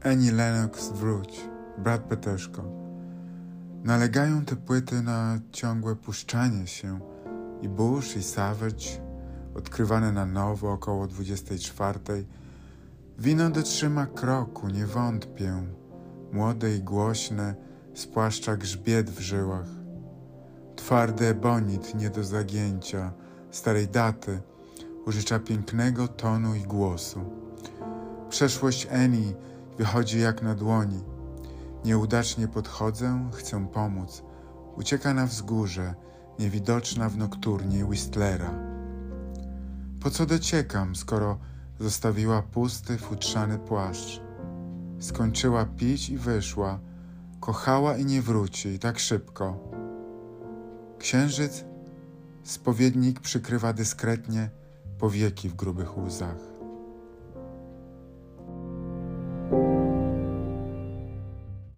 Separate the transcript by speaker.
Speaker 1: Annie Lennox, wróć, brat Peteszko. Nalegają te płyty na ciągłe puszczanie się i Bush, i Savage, odkrywane na nowo około 24. Wino dotrzyma kroku, nie wątpię. Młode i głośne, spłaszcza grzbiet w żyłach. Twardy ebonit nie do zagięcia, starej daty, użycza pięknego tonu i głosu. Przeszłość Annie wychodzi jak na dłoni. Nieudacznie podchodzę, chcę pomóc. Ucieka na wzgórze, niewidoczna w nokturnie Whistlera. Po co dociekam, skoro zostawiła pusty, futrzany płaszcz? Skończyła pić i wyszła. Kochała i nie wróci, tak szybko. Księżyc spowiednik przykrywa dyskretnie powieki w grubych łzach.